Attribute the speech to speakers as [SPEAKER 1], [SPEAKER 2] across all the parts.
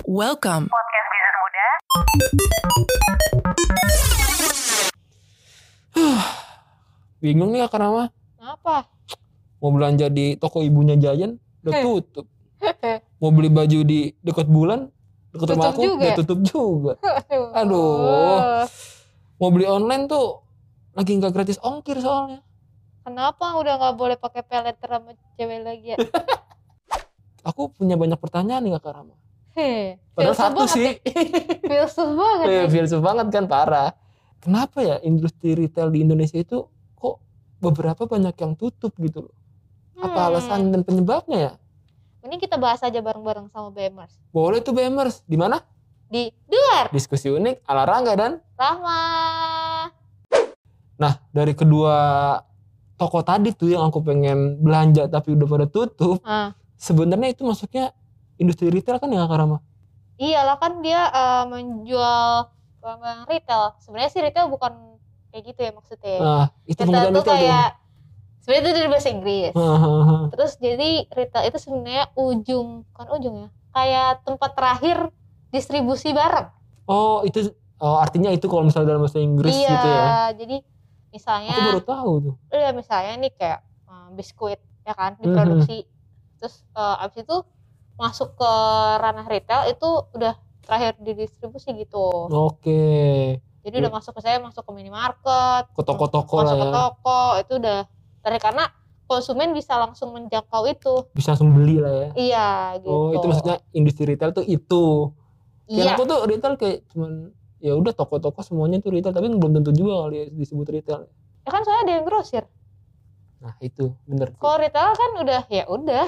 [SPEAKER 1] Welcome.
[SPEAKER 2] Podcast Bisnis Muda.
[SPEAKER 3] Bingung nih Kak Rama.
[SPEAKER 4] Kenapa?
[SPEAKER 3] Mau belanja di toko ibunya Giant udah tutup. Mau beli baju di dekat bulan dekat rumah aku
[SPEAKER 4] juga.
[SPEAKER 3] udah tutup juga. Aduh. Mau beli online tuh lagi nggak gratis ongkir soalnya.
[SPEAKER 4] Kenapa udah nggak boleh pakai peleter sama cewek lagi ya?
[SPEAKER 3] Aku punya banyak pertanyaan nih Kak Rama. Padahal
[SPEAKER 4] Filsuf
[SPEAKER 3] satu
[SPEAKER 4] banget
[SPEAKER 3] sih.
[SPEAKER 4] Filsuf banget ya.
[SPEAKER 3] Filsuf banget kan, parah. Kenapa ya industri retail di Indonesia itu kok beberapa banyak yang tutup gitu loh? Apa alasan dan penyebabnya ya?
[SPEAKER 4] Mending kita bahas aja bareng-bareng sama BMers.
[SPEAKER 3] Boleh tuh BMers. Di mana?
[SPEAKER 4] Di luar
[SPEAKER 3] Diskusi unik ala Rangga dan
[SPEAKER 4] Rahma.
[SPEAKER 3] Nah, dari kedua toko tadi tuh yang aku pengen belanja tapi udah pada tutup, sebenarnya itu masuknya industri retail kan ya Kak Rama?
[SPEAKER 4] Iyalah kan dia menjual barang retail. Sebenarnya sih retail bukan kayak gitu ya maksudnya.
[SPEAKER 3] Nah, itu
[SPEAKER 4] Retail
[SPEAKER 3] pengertian
[SPEAKER 4] tuh
[SPEAKER 3] retail
[SPEAKER 4] kayak sebenarnya itu dari bahasa Inggris.
[SPEAKER 3] tuh.
[SPEAKER 4] Terus jadi retail itu sebenarnya bukan ujung ya. Kayak tempat terakhir distribusi barang.
[SPEAKER 3] Oh, itu artinya itu kalau misalnya dalam bahasa Inggris
[SPEAKER 4] Iya,
[SPEAKER 3] gitu ya.
[SPEAKER 4] jadi misalnya
[SPEAKER 3] Aku baru tahu tuh.
[SPEAKER 4] iya misalnya nih kayak biskuit ya kan diproduksi. Terus abis itu masuk ke ranah retail itu udah terakhir didistribusi gitu.
[SPEAKER 3] Oke.
[SPEAKER 4] Jadi udah masuk ke minimarket,
[SPEAKER 3] Ke toko-toko lah
[SPEAKER 4] masuk ke
[SPEAKER 3] ya.
[SPEAKER 4] toko, itu udah terakhir karena konsumen bisa langsung menjangkau itu.
[SPEAKER 3] Bisa langsung beli lah ya.
[SPEAKER 4] Iya gitu.
[SPEAKER 3] Oh, itu maksudnya industri retail tuh itu. Kayak
[SPEAKER 4] Iya.
[SPEAKER 3] aku tuh retail kayak cuman ya udah toko-toko semuanya itu retail, tapi belum tentu juga kali disebut retail.
[SPEAKER 4] Ya kan soalnya ada yang grosir.
[SPEAKER 3] Nah, itu bener sih.
[SPEAKER 4] Kalau retail kan udah ya udah.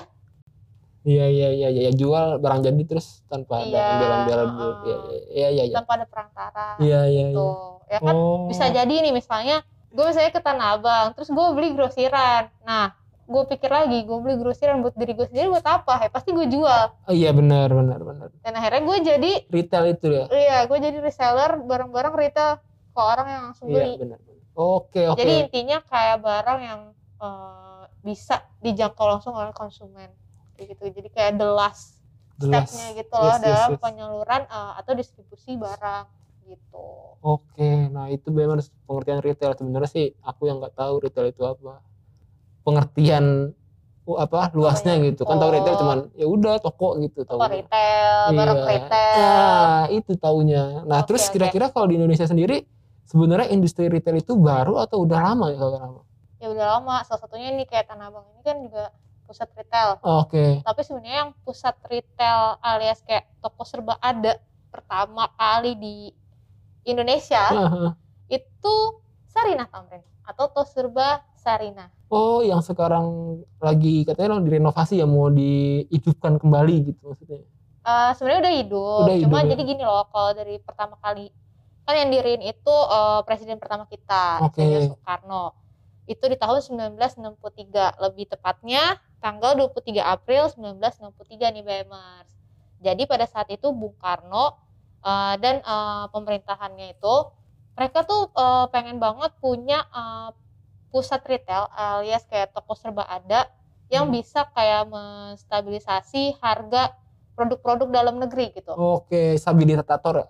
[SPEAKER 3] Iya, jual barang jadi terus tanpa ada
[SPEAKER 4] Iya,
[SPEAKER 3] embel-embel. Iya.
[SPEAKER 4] Tanpa ada perantara.
[SPEAKER 3] Iya.
[SPEAKER 4] Gitu. Ya kan bisa jadi nih misalnya gue misalnya ke Tanah Abang terus gue beli grosiran. Nah gue pikir lagi gue beli grosiran buat diri gue sendiri buat apa ya pasti gue jual.
[SPEAKER 3] Oh iya benar.
[SPEAKER 4] Dan akhirnya gue jadi
[SPEAKER 3] Retail itu ya.
[SPEAKER 4] iya gue jadi reseller barang-barang retail ke orang yang langsung beli.
[SPEAKER 3] Iya benar. Oke.
[SPEAKER 4] Jadi intinya kayak barang yang bisa dijangkau langsung oleh konsumen kayak gitu. Jadi kayak the last stepnya gitu loh dalam penyaluran atau distribusi barang gitu.
[SPEAKER 3] Oke, nah itu memang pengertian retail. Sebenarnya sih aku yang nggak tahu retail itu apa. Pengertian luasnya gitu. Kan tahu retail cuman ya udah toko gitu tahu.
[SPEAKER 4] Toko retail, barang retail.
[SPEAKER 3] Ya, itu taunya. Nah, terus kira-kira kalau di Indonesia sendiri sebenarnya industri retail itu baru atau udah lama ya Kak Rama?
[SPEAKER 4] Ya udah lama. Salah satunya nih kayak Tanah Abang ini kan juga pusat retail.
[SPEAKER 3] Oke.
[SPEAKER 4] Tapi sebenarnya yang pusat retail alias kayak toko serba ada pertama kali di Indonesia itu Sarinah Tamrin atau Toko Serba Sarinah.
[SPEAKER 3] Oh, yang sekarang lagi katanya direnovasi ya, mau dihidupkan kembali gitu maksudnya.
[SPEAKER 4] Sebenarnya udah hidup. Cuma jadi gini loh, kalau dari pertama kali kan yang diriin itu presiden pertama kita, Insinyur Soekarno. Itu di tahun 1963, lebih tepatnya tanggal 23 April 1963 nih BMers. Jadi pada saat itu Bung Karno dan pemerintahannya itu mereka tuh pengen banget punya pusat retail alias kayak toko serba ada yang bisa kayak menstabilisasi harga produk-produk dalam negeri gitu.
[SPEAKER 3] Oke, stabilisator.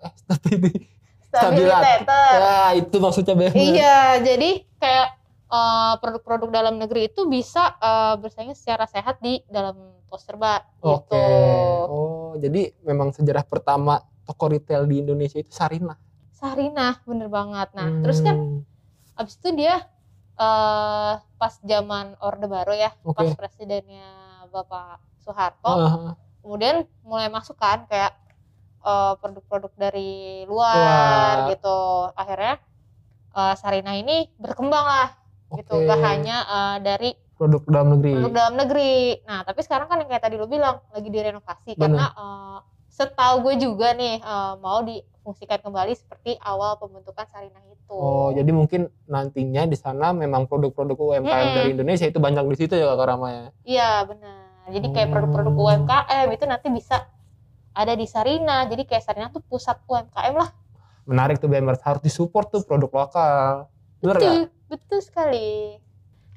[SPEAKER 4] Stabilisator.
[SPEAKER 3] Ya, itu maksudnya benar.
[SPEAKER 4] Iya, jadi kayak produk-produk dalam negeri itu bisa bersaing secara sehat di dalam toko serba gitu.
[SPEAKER 3] Oke. Oh, jadi memang sejarah pertama toko retail di Indonesia itu Sarinah.
[SPEAKER 4] Sarinah, bener banget. Nah, terus kan abis itu dia pas zaman Orde Baru ya, pas presidennya Bapak Soeharto, kemudian mulai masuk kan kayak produk-produk dari luar gitu. Akhirnya Sarinah ini berkembang lah, gitu. Gak hanya dari
[SPEAKER 3] produk dalam negeri.
[SPEAKER 4] Nah, tapi sekarang kan yang kayak tadi lo bilang lagi direnovasi karena setahu gue juga nih mau difungsikan kembali seperti awal pembentukan Sarinah itu.
[SPEAKER 3] Oh, jadi mungkin nantinya di sana memang produk-produk UMKM dari Indonesia itu banyak di situ ya Kak Rama ya?
[SPEAKER 4] Iya benar. Jadi kayak produk-produk UMKM itu nanti bisa ada di Sarinah. Jadi kayak Sarinah tuh pusat UMKM lah.
[SPEAKER 3] Menarik tuh BMers, harus disupport tuh produk lokal. Bener nggak?
[SPEAKER 4] Betul sekali.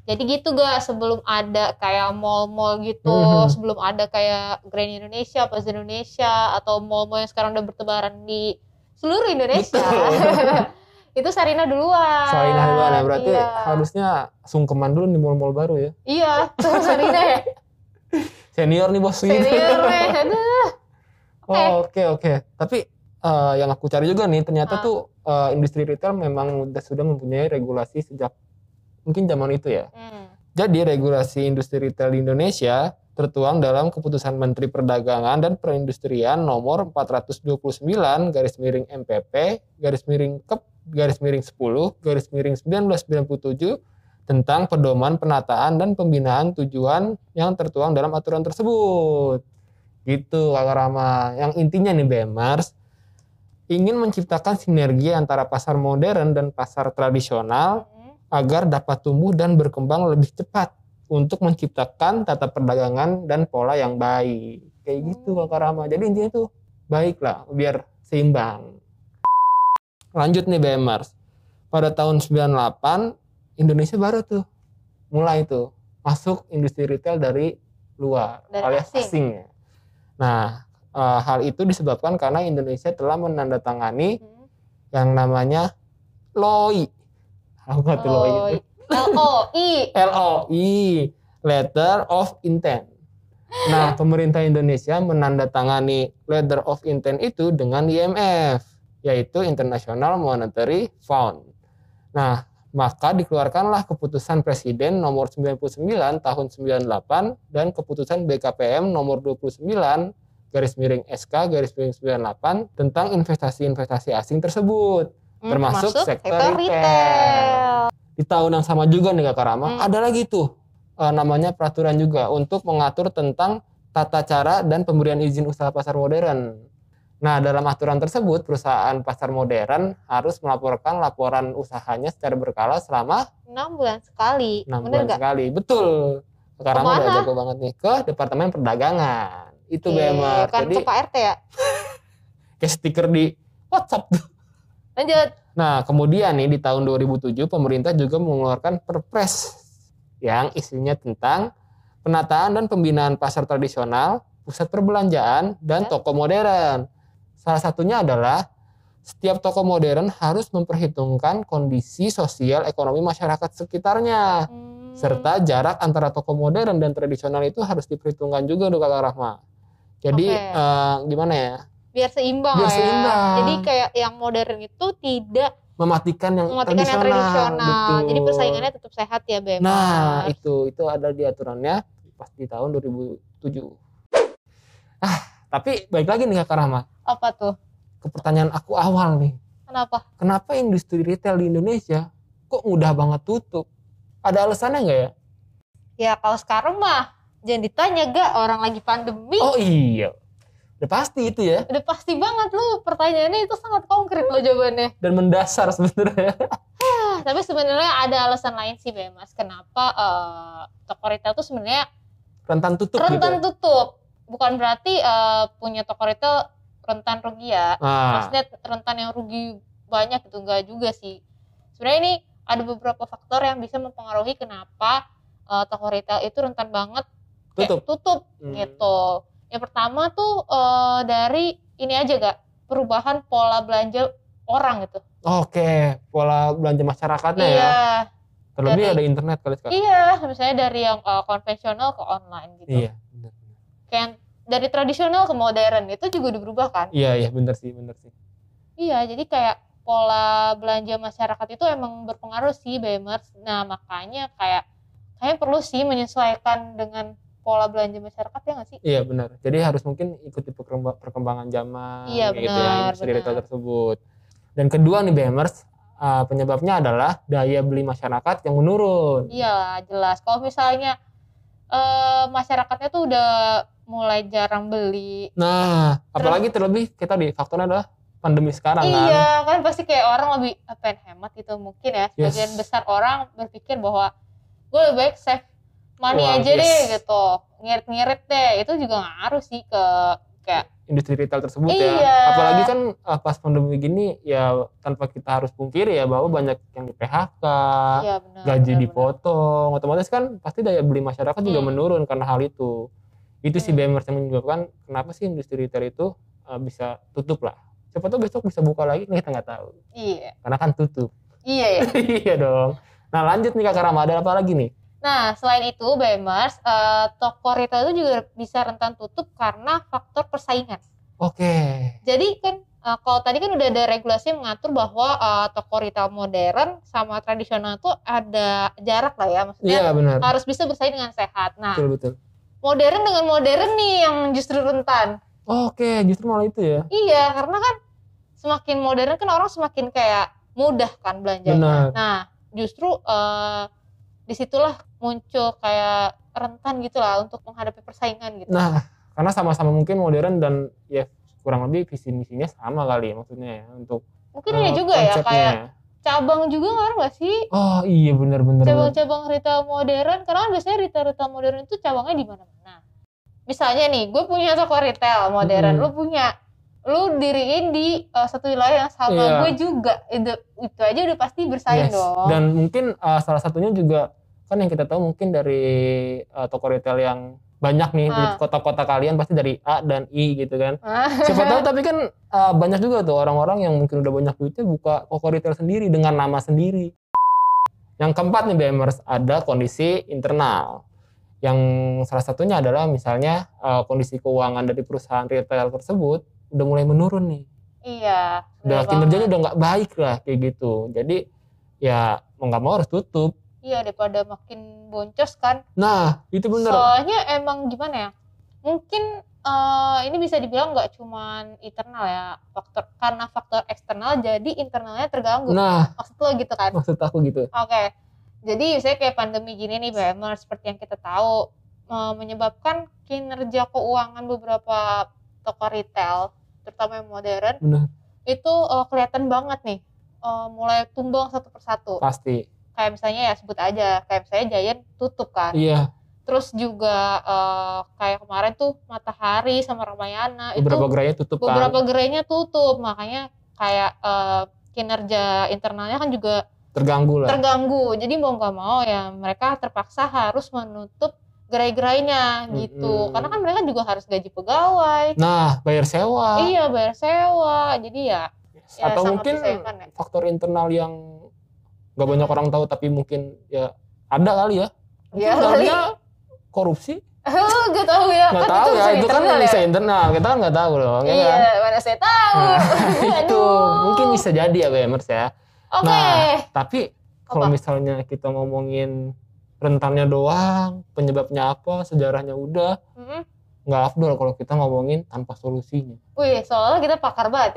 [SPEAKER 4] Jadi gitu gak, sebelum ada kayak mall-mall gitu, sebelum ada kayak Grand Indonesia, Plaza Indonesia, atau mall-mall yang sekarang udah bertebaran di seluruh Indonesia. Itu Sarinah duluan.
[SPEAKER 3] Sarinah duluan ya, berarti harusnya sungkeman dulu di mall-mall baru ya.
[SPEAKER 4] Iya, Sarinah ya.
[SPEAKER 3] Senior nih bos.
[SPEAKER 4] Senior nih, aduh.
[SPEAKER 3] Oke. Tapi yang aku cari juga nih, ternyata tuh industri retail memang sudah mempunyai regulasi sejak mungkin zaman itu ya. Jadi regulasi industri retail di Indonesia tertuang dalam keputusan Menteri Perdagangan dan Perindustrian nomor 429 garis miring MPP garis miring KEP garis miring 10 garis miring 1997 tentang pedoman penataan dan pembinaan tujuan yang tertuang dalam aturan tersebut. Gitu Kakak Rama. Yang intinya nih BEMARS ingin menciptakan sinergi antara pasar modern dan pasar tradisional agar dapat tumbuh dan berkembang lebih cepat untuk menciptakan tata perdagangan dan pola yang baik. Kayak gitu Kakak Rama. Jadi intinya tuh baik lah, biar seimbang. Lanjut nih BEMARS. Pada tahun 98 Indonesia baru tuh mulai tuh masuk industri retail dari luar, alias asing ya. Nah, hal itu disebabkan karena Indonesia telah menandatangani yang namanya LOI. Aku ngerti LOI. LOI, Letter of Intent. Nah, pemerintah Indonesia menandatangani Letter of Intent itu dengan IMF, yaitu International Monetary Fund. Nah, maka dikeluarkanlah keputusan Presiden nomor 99 tahun 98 dan keputusan BKPM nomor 29 garis miring SK garis miring 98 tentang investasi-investasi asing tersebut. Termasuk sektor retail. Di tahun yang sama juga nih Kakak Rama, ada lagi tuh namanya peraturan juga untuk mengatur tentang tata cara dan pemberian izin usaha pasar modern. Nah, dalam aturan tersebut, perusahaan pasar modern harus melaporkan laporan usahanya secara berkala selama
[SPEAKER 4] 6 bulan sekali.
[SPEAKER 3] 6 bulan sekali, betul. Kakak Rama udah jago banget nih, ke Departemen Perdagangan. Itu BEMARS.
[SPEAKER 4] Kan
[SPEAKER 3] jadi
[SPEAKER 4] ke Pak RT ya?
[SPEAKER 3] Kayak stiker di WhatsApp tuh.
[SPEAKER 4] Lanjut.
[SPEAKER 3] Nah, kemudian nih di tahun 2007 pemerintah juga mengeluarkan Perpres yang isinya tentang penataan dan pembinaan pasar tradisional, pusat perbelanjaan, dan toko modern. Salah satunya adalah setiap toko modern harus memperhitungkan kondisi sosial ekonomi masyarakat sekitarnya. Serta jarak antara toko modern dan tradisional itu harus diperhitungkan juga tuh Kakak Rahma. Jadi gimana ya?
[SPEAKER 4] Biar seimbang ya. Jadi kayak yang modern itu tidak mematikan yang tradisional. Betul. Jadi persaingannya tetap sehat ya BEMARS.
[SPEAKER 3] Nah, itu ada di aturannya pas di tahun 2007. Tapi balik lagi nih Kakak Rahma.
[SPEAKER 4] Apa tuh?
[SPEAKER 3] Ke pertanyaan aku awal nih. Kenapa industri retail di Indonesia kok mudah banget tutup? Ada alasannya nggak ya?
[SPEAKER 4] Ya kalau sekarang mah jangan ditanya gak, orang lagi pandemi.
[SPEAKER 3] Oh iya. Udah pasti itu ya.
[SPEAKER 4] Udah pasti banget lu, pertanyaannya itu sangat konkret lo jawabannya.
[SPEAKER 3] Dan mendasar sebenarnya.
[SPEAKER 4] Tapi sebenarnya ada alasan lain sih BEMARS. Kenapa toko retail tuh sebenarnya
[SPEAKER 3] rentan tutup.
[SPEAKER 4] Bukan berarti punya toko retail rentan rugi ya. Maksudnya rentan yang rugi banyak itu enggak juga sih. Sebenarnya ini ada beberapa faktor yang bisa mempengaruhi kenapa toko retail itu rentan banget tutup gitu. Yang pertama tuh dari ini aja gak, perubahan pola belanja orang gitu.
[SPEAKER 3] Oke, pola belanja masyarakatnya ya. Terlebih ada internet kali sekarang.
[SPEAKER 4] Iya, misalnya dari yang konvensional ke online gitu.
[SPEAKER 3] Iya, benar.
[SPEAKER 4] Kayak dari tradisional ke modern itu juga udah berubah kan?
[SPEAKER 3] Iya, benar sih.
[SPEAKER 4] Iya, jadi kayak pola belanja masyarakat itu emang berpengaruh sih BEMARS. Nah, makanya kayaknya perlu sih menyesuaikan dengan pola belanja masyarakat ya nggak sih?
[SPEAKER 3] Iya benar. Jadi harus mungkin ikuti perkembangan zaman
[SPEAKER 4] gitu ya
[SPEAKER 3] industri retail tersebut. Dan kedua nih BEMARS, penyebabnya adalah daya beli masyarakat yang menurun.
[SPEAKER 4] Iya jelas. Kalau misalnya masyarakatnya tuh udah mulai jarang beli.
[SPEAKER 3] Nah, apalagi terlebih kita di faktornya adalah pandemi sekarang kan.
[SPEAKER 4] Iya kan pasti kayak orang lebih hemat gitu mungkin ya. Sebagian besar orang berpikir bahwa gue lebih baik save money aja deh gitu, ngirit-ngirit deh, itu juga ngaruh sih ke kayak
[SPEAKER 3] industri retail tersebut ya. Apalagi kan pas pandemi gini ya tanpa kita harus pungkiri ya bahwa banyak yang di PHK, gaji dipotong, otomatis kan pasti daya beli masyarakat juga menurun karena hal itu. Itu sih BMers yang menyebabkan kenapa sih industri retail itu bisa tutup lah. Siapa tahu besok bisa buka lagi, kita nggak tahu.
[SPEAKER 4] Iya.
[SPEAKER 3] Karena kan tutup.
[SPEAKER 4] Iya ya.
[SPEAKER 3] Iya dong. Nah lanjut nih Kak Rama, ada apa lagi nih?
[SPEAKER 4] Nah selain itu BMers, toko retail itu juga bisa rentan tutup karena faktor persaingan.
[SPEAKER 3] Oke.
[SPEAKER 4] Jadi kan kalau tadi kan udah ada regulasi yang mengatur bahwa toko retail modern sama tradisional itu ada jarak lah ya, maksudnya harus bisa bersaing dengan sehat. Nah,
[SPEAKER 3] betul.
[SPEAKER 4] Modern dengan modern nih yang justru rentan.
[SPEAKER 3] Oke, justru malah itu ya?
[SPEAKER 4] Iya, karena kan semakin modern kan orang semakin kayak mudah kan belanjanya.
[SPEAKER 3] Benar.
[SPEAKER 4] Nah, justru disitulah muncul kayak rentan gitu lah untuk menghadapi persaingan gitu.
[SPEAKER 3] Nah, karena sama-sama mungkin modern dan ya kurang lebih visi misinya sama kali ya maksudnya ya untuk
[SPEAKER 4] mungkin ya juga konsepnya. Ya kayak cabang juga ngaruh gak sih?
[SPEAKER 3] Oh iya benar-benar.
[SPEAKER 4] Cabang-cabang retail modern karena kan biasanya retail modern itu cabangnya di mana-mana. Misalnya nih, gue punya toko retail modern, lu diriin di satu wilayah yang sama gue juga, itu aja udah pasti bersaing dong.
[SPEAKER 3] Dan mungkin salah satunya juga kan yang kita tahu mungkin dari toko retail yang banyak nih di kota-kota kalian pasti dari A dan I gitu kan. Siapa tahu tapi kan banyak juga tuh orang-orang yang mungkin udah banyak duitnya buka toko retail sendiri dengan nama sendiri. Yang keempat nih BMers, ada kondisi internal. Yang salah satunya adalah misalnya kondisi keuangan dari perusahaan retail tersebut udah mulai menurun nih.
[SPEAKER 4] Iya.
[SPEAKER 3] Udah kinerjanya udah nggak baik lah kayak gitu. Jadi ya mau nggak mau harus tutup.
[SPEAKER 4] Iya, daripada makin boncos kan.
[SPEAKER 3] Nah, itu benar.
[SPEAKER 4] Soalnya emang gimana ya? Mungkin ini bisa dibilang nggak cuman internal ya, karena faktor eksternal jadi internalnya terganggu.
[SPEAKER 3] Nah,
[SPEAKER 4] maksud lo gitu kan?
[SPEAKER 3] Maksud aku gitu.
[SPEAKER 4] Oke. Jadi misalnya kayak pandemi gini nih BMers, seperti yang kita tahu menyebabkan kinerja keuangan beberapa toko retail, terutama yang modern, itu kelihatan banget nih, mulai tumbang satu persatu.
[SPEAKER 3] Pasti.
[SPEAKER 4] Kayak misalnya ya sebut aja, kayak misalnya Giant tutup kan.
[SPEAKER 3] Iya.
[SPEAKER 4] Terus juga kayak kemarin tuh Matahari sama Ramayana
[SPEAKER 3] beberapa gerainya tutup kan.
[SPEAKER 4] Beberapa gerainya tutup, makanya kayak kinerja internalnya kan juga terganggu. Jadi mau nggak mau ya mereka terpaksa harus menutup gerai-gerainya gitu. Karena kan mereka juga harus gaji pegawai.
[SPEAKER 3] Nah, bayar sewa.
[SPEAKER 4] Iya, bayar sewa. Jadi ya
[SPEAKER 3] atau mungkin faktor internal yang nggak banyak orang tahu tapi mungkin ya ada kali ya.
[SPEAKER 4] Iya
[SPEAKER 3] kali. Korupsi.
[SPEAKER 4] Gak tahu ya.
[SPEAKER 3] Nggak tahu ya, itu kan bisa internal. Kita kan nggak tahu loh.
[SPEAKER 4] Iya, kan? Mana saya tahu.
[SPEAKER 3] Nah, itu mungkin bisa jadi ya BMers ya.
[SPEAKER 4] Oke.
[SPEAKER 3] Nah, tapi kalau misalnya kita ngomongin rentannya doang, penyebabnya apa, sejarahnya udah, nggak afdol kalau kita ngomongin tanpa solusinya.
[SPEAKER 4] Wih, soalnya kita pakar banget ya.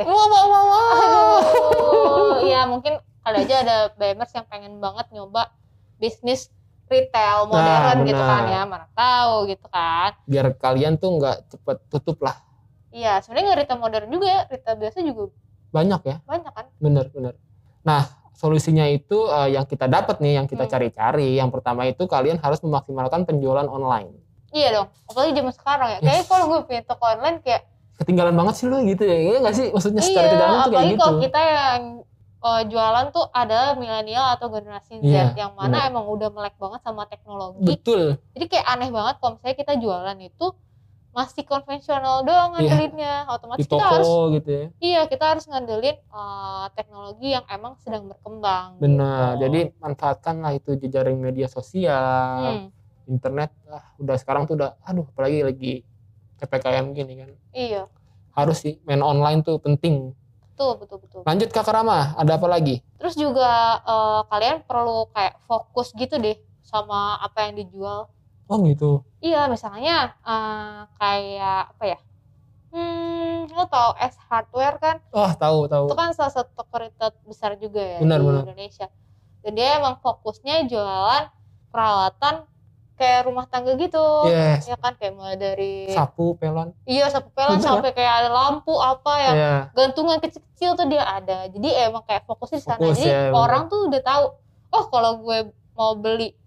[SPEAKER 4] Ya mungkin kali aja ada BMers yang pengen banget nyoba bisnis retail modern gitu kan ya, mana tahu gitu kan.
[SPEAKER 3] Biar kalian tuh nggak cepet tutup lah.
[SPEAKER 4] Iya, sebenarnya nggak retail modern juga ya, retail biasa juga
[SPEAKER 3] banyak ya.
[SPEAKER 4] Banyak kan.
[SPEAKER 3] Bener. Nah, solusinya itu yang kita dapat nih, yang kita cari-cari. Yang pertama itu kalian harus memaksimalkan penjualan online.
[SPEAKER 4] Iya dong, apalagi zaman sekarang ya. Kayaknya kalau gue punya toko online kayak
[SPEAKER 3] ketinggalan banget sih lu gitu ya. Iya nggak sih? Maksudnya secara tidak langsung kayak gitu. Iya,
[SPEAKER 4] apalagi kalau kita yang jualan tuh ada milenial atau generasi Z yang mana emang udah melek banget sama teknologi.
[SPEAKER 3] Betul.
[SPEAKER 4] Jadi kayak aneh banget kalau misalnya kita jualan itu masih konvensional doang ngandelinnya. Otomatis
[SPEAKER 3] di toko,
[SPEAKER 4] kita harus
[SPEAKER 3] gitu ya.
[SPEAKER 4] Iya, kita harus ngandelin teknologi yang emang sedang berkembang.
[SPEAKER 3] Benar.
[SPEAKER 4] Gitu.
[SPEAKER 3] Jadi manfaatkanlah itu jejaring media sosial, internet. Udah sekarang tuh udah apalagi lagi PPKM gini kan.
[SPEAKER 4] Iya.
[SPEAKER 3] Harus sih main online tuh penting.
[SPEAKER 4] Betul.
[SPEAKER 3] Lanjut Kak Rama, ada apa lagi?
[SPEAKER 4] Terus juga kalian perlu kayak fokus gitu deh sama apa yang dijual.
[SPEAKER 3] Oh gitu.
[SPEAKER 4] Iya, misalnya kayak apa ya? Lo tau S Hardware kan?
[SPEAKER 3] Oh, tahu.
[SPEAKER 4] Itu kan salah satu toko retail besar juga ya di Indonesia. Dan dia emang fokusnya jualan peralatan kayak rumah tangga gitu.
[SPEAKER 3] Yes.
[SPEAKER 4] Ya kan, kayak mulai dari
[SPEAKER 3] sapu pelon.
[SPEAKER 4] Iya, sapu pelon sampai kayak ada lampu apa ya. Gantungan kecil-kecil tuh dia ada. Jadi emang kayak fokusnya di sana. Jadi orang tuh udah tahu, oh kalau gue mau beli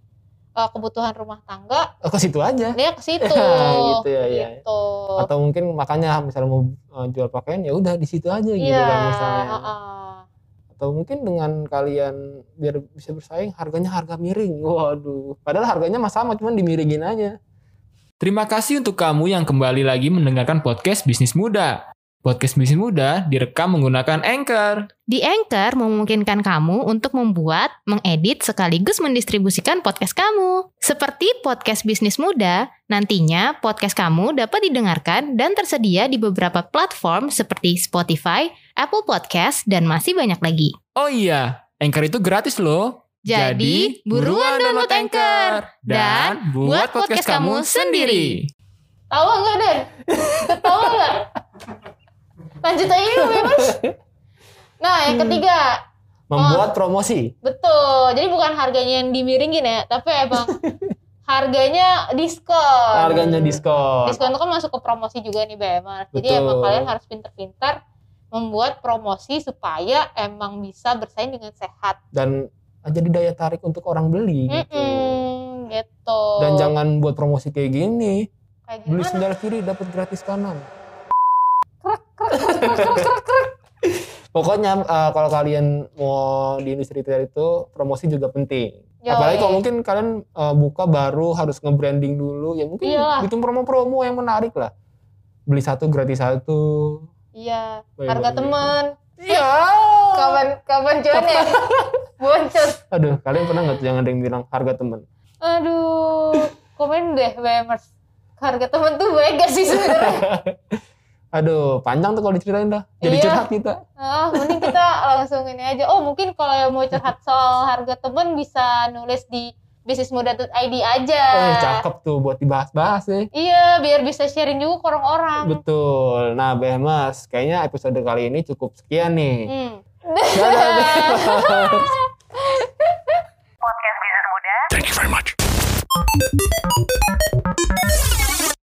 [SPEAKER 4] kebutuhan rumah tangga
[SPEAKER 3] ke situ aja.
[SPEAKER 4] Dia ke situ.
[SPEAKER 3] Gitu ya,
[SPEAKER 4] gitu.
[SPEAKER 3] Atau mungkin makanya misalnya mau jual pakaian ya udah di situ aja gitu kan misalnya. Atau mungkin dengan kalian biar bisa bersaing harganya harga miring. Waduh, padahal harganya sama cuman dimiringin aja.
[SPEAKER 1] Terima kasih untuk kamu yang kembali lagi mendengarkan podcast Bisnis Muda. Podcast Bisnis Muda direkam menggunakan Anchor.
[SPEAKER 2] Di Anchor memungkinkan kamu untuk membuat, mengedit, sekaligus mendistribusikan podcast kamu. Seperti podcast Bisnis Muda, nantinya podcast kamu dapat didengarkan dan tersedia di beberapa platform seperti Spotify, Apple Podcast, dan masih banyak lagi.
[SPEAKER 1] Oh iya, Anchor itu gratis loh.
[SPEAKER 2] Jadi, buruan download Anchor dan buat podcast kamu sendiri.
[SPEAKER 4] Tahu nggak, Den? Tahu nggak? Lanjut aja dulu ya, Mas. Nah, yang ketiga.
[SPEAKER 3] Membuat promosi.
[SPEAKER 4] Betul. Jadi bukan harganya yang dimiringin ya, tapi emang harganya diskon.
[SPEAKER 3] Harganya diskon.
[SPEAKER 4] Diskon itu kan masuk ke promosi juga nih, Mas. Jadi emang kalian harus pintar-pintar membuat promosi supaya emang bisa bersaing dengan sehat.
[SPEAKER 3] Dan jadi daya tarik untuk orang beli gitu.
[SPEAKER 4] Gitu.
[SPEAKER 3] Dan jangan buat promosi kayak gini.
[SPEAKER 4] Kayak
[SPEAKER 3] beli sendal kiri dapat gratis kanan. Pokoknya kalau kalian mau di industri retail itu promosi juga penting. Apalagi kalau mungkin kalian buka baru harus nge-branding dulu ya mungkin bikin promo-promo yang menarik lah. Beli satu gratis satu.
[SPEAKER 4] Iya, harga teman.
[SPEAKER 3] Iya.
[SPEAKER 4] Kapan cuan ya? Boncos.
[SPEAKER 3] Aduh, kalian pernah nggak jangan ada yang bilang harga teman?
[SPEAKER 4] Aduh, komen deh BMers. Harga teman tuh baik gak sih sebenarnya?
[SPEAKER 3] Aduh, panjang tuh kalau diceritain dah. Jadi curhat kita.
[SPEAKER 4] Mending kita langsung ini aja. Oh, mungkin kalau yang mau curhat soal harga teman bisa nulis di bisnismuda.id aja.
[SPEAKER 3] Oh, cakep tuh buat dibahas-bahas ya.
[SPEAKER 4] Iya, biar bisa sharing juga ke orang-orang.
[SPEAKER 3] Betul. Nah, Mas, kayaknya episode kali ini cukup sekian nih.
[SPEAKER 5] Podcast Bisnis Muda. Thank you very much.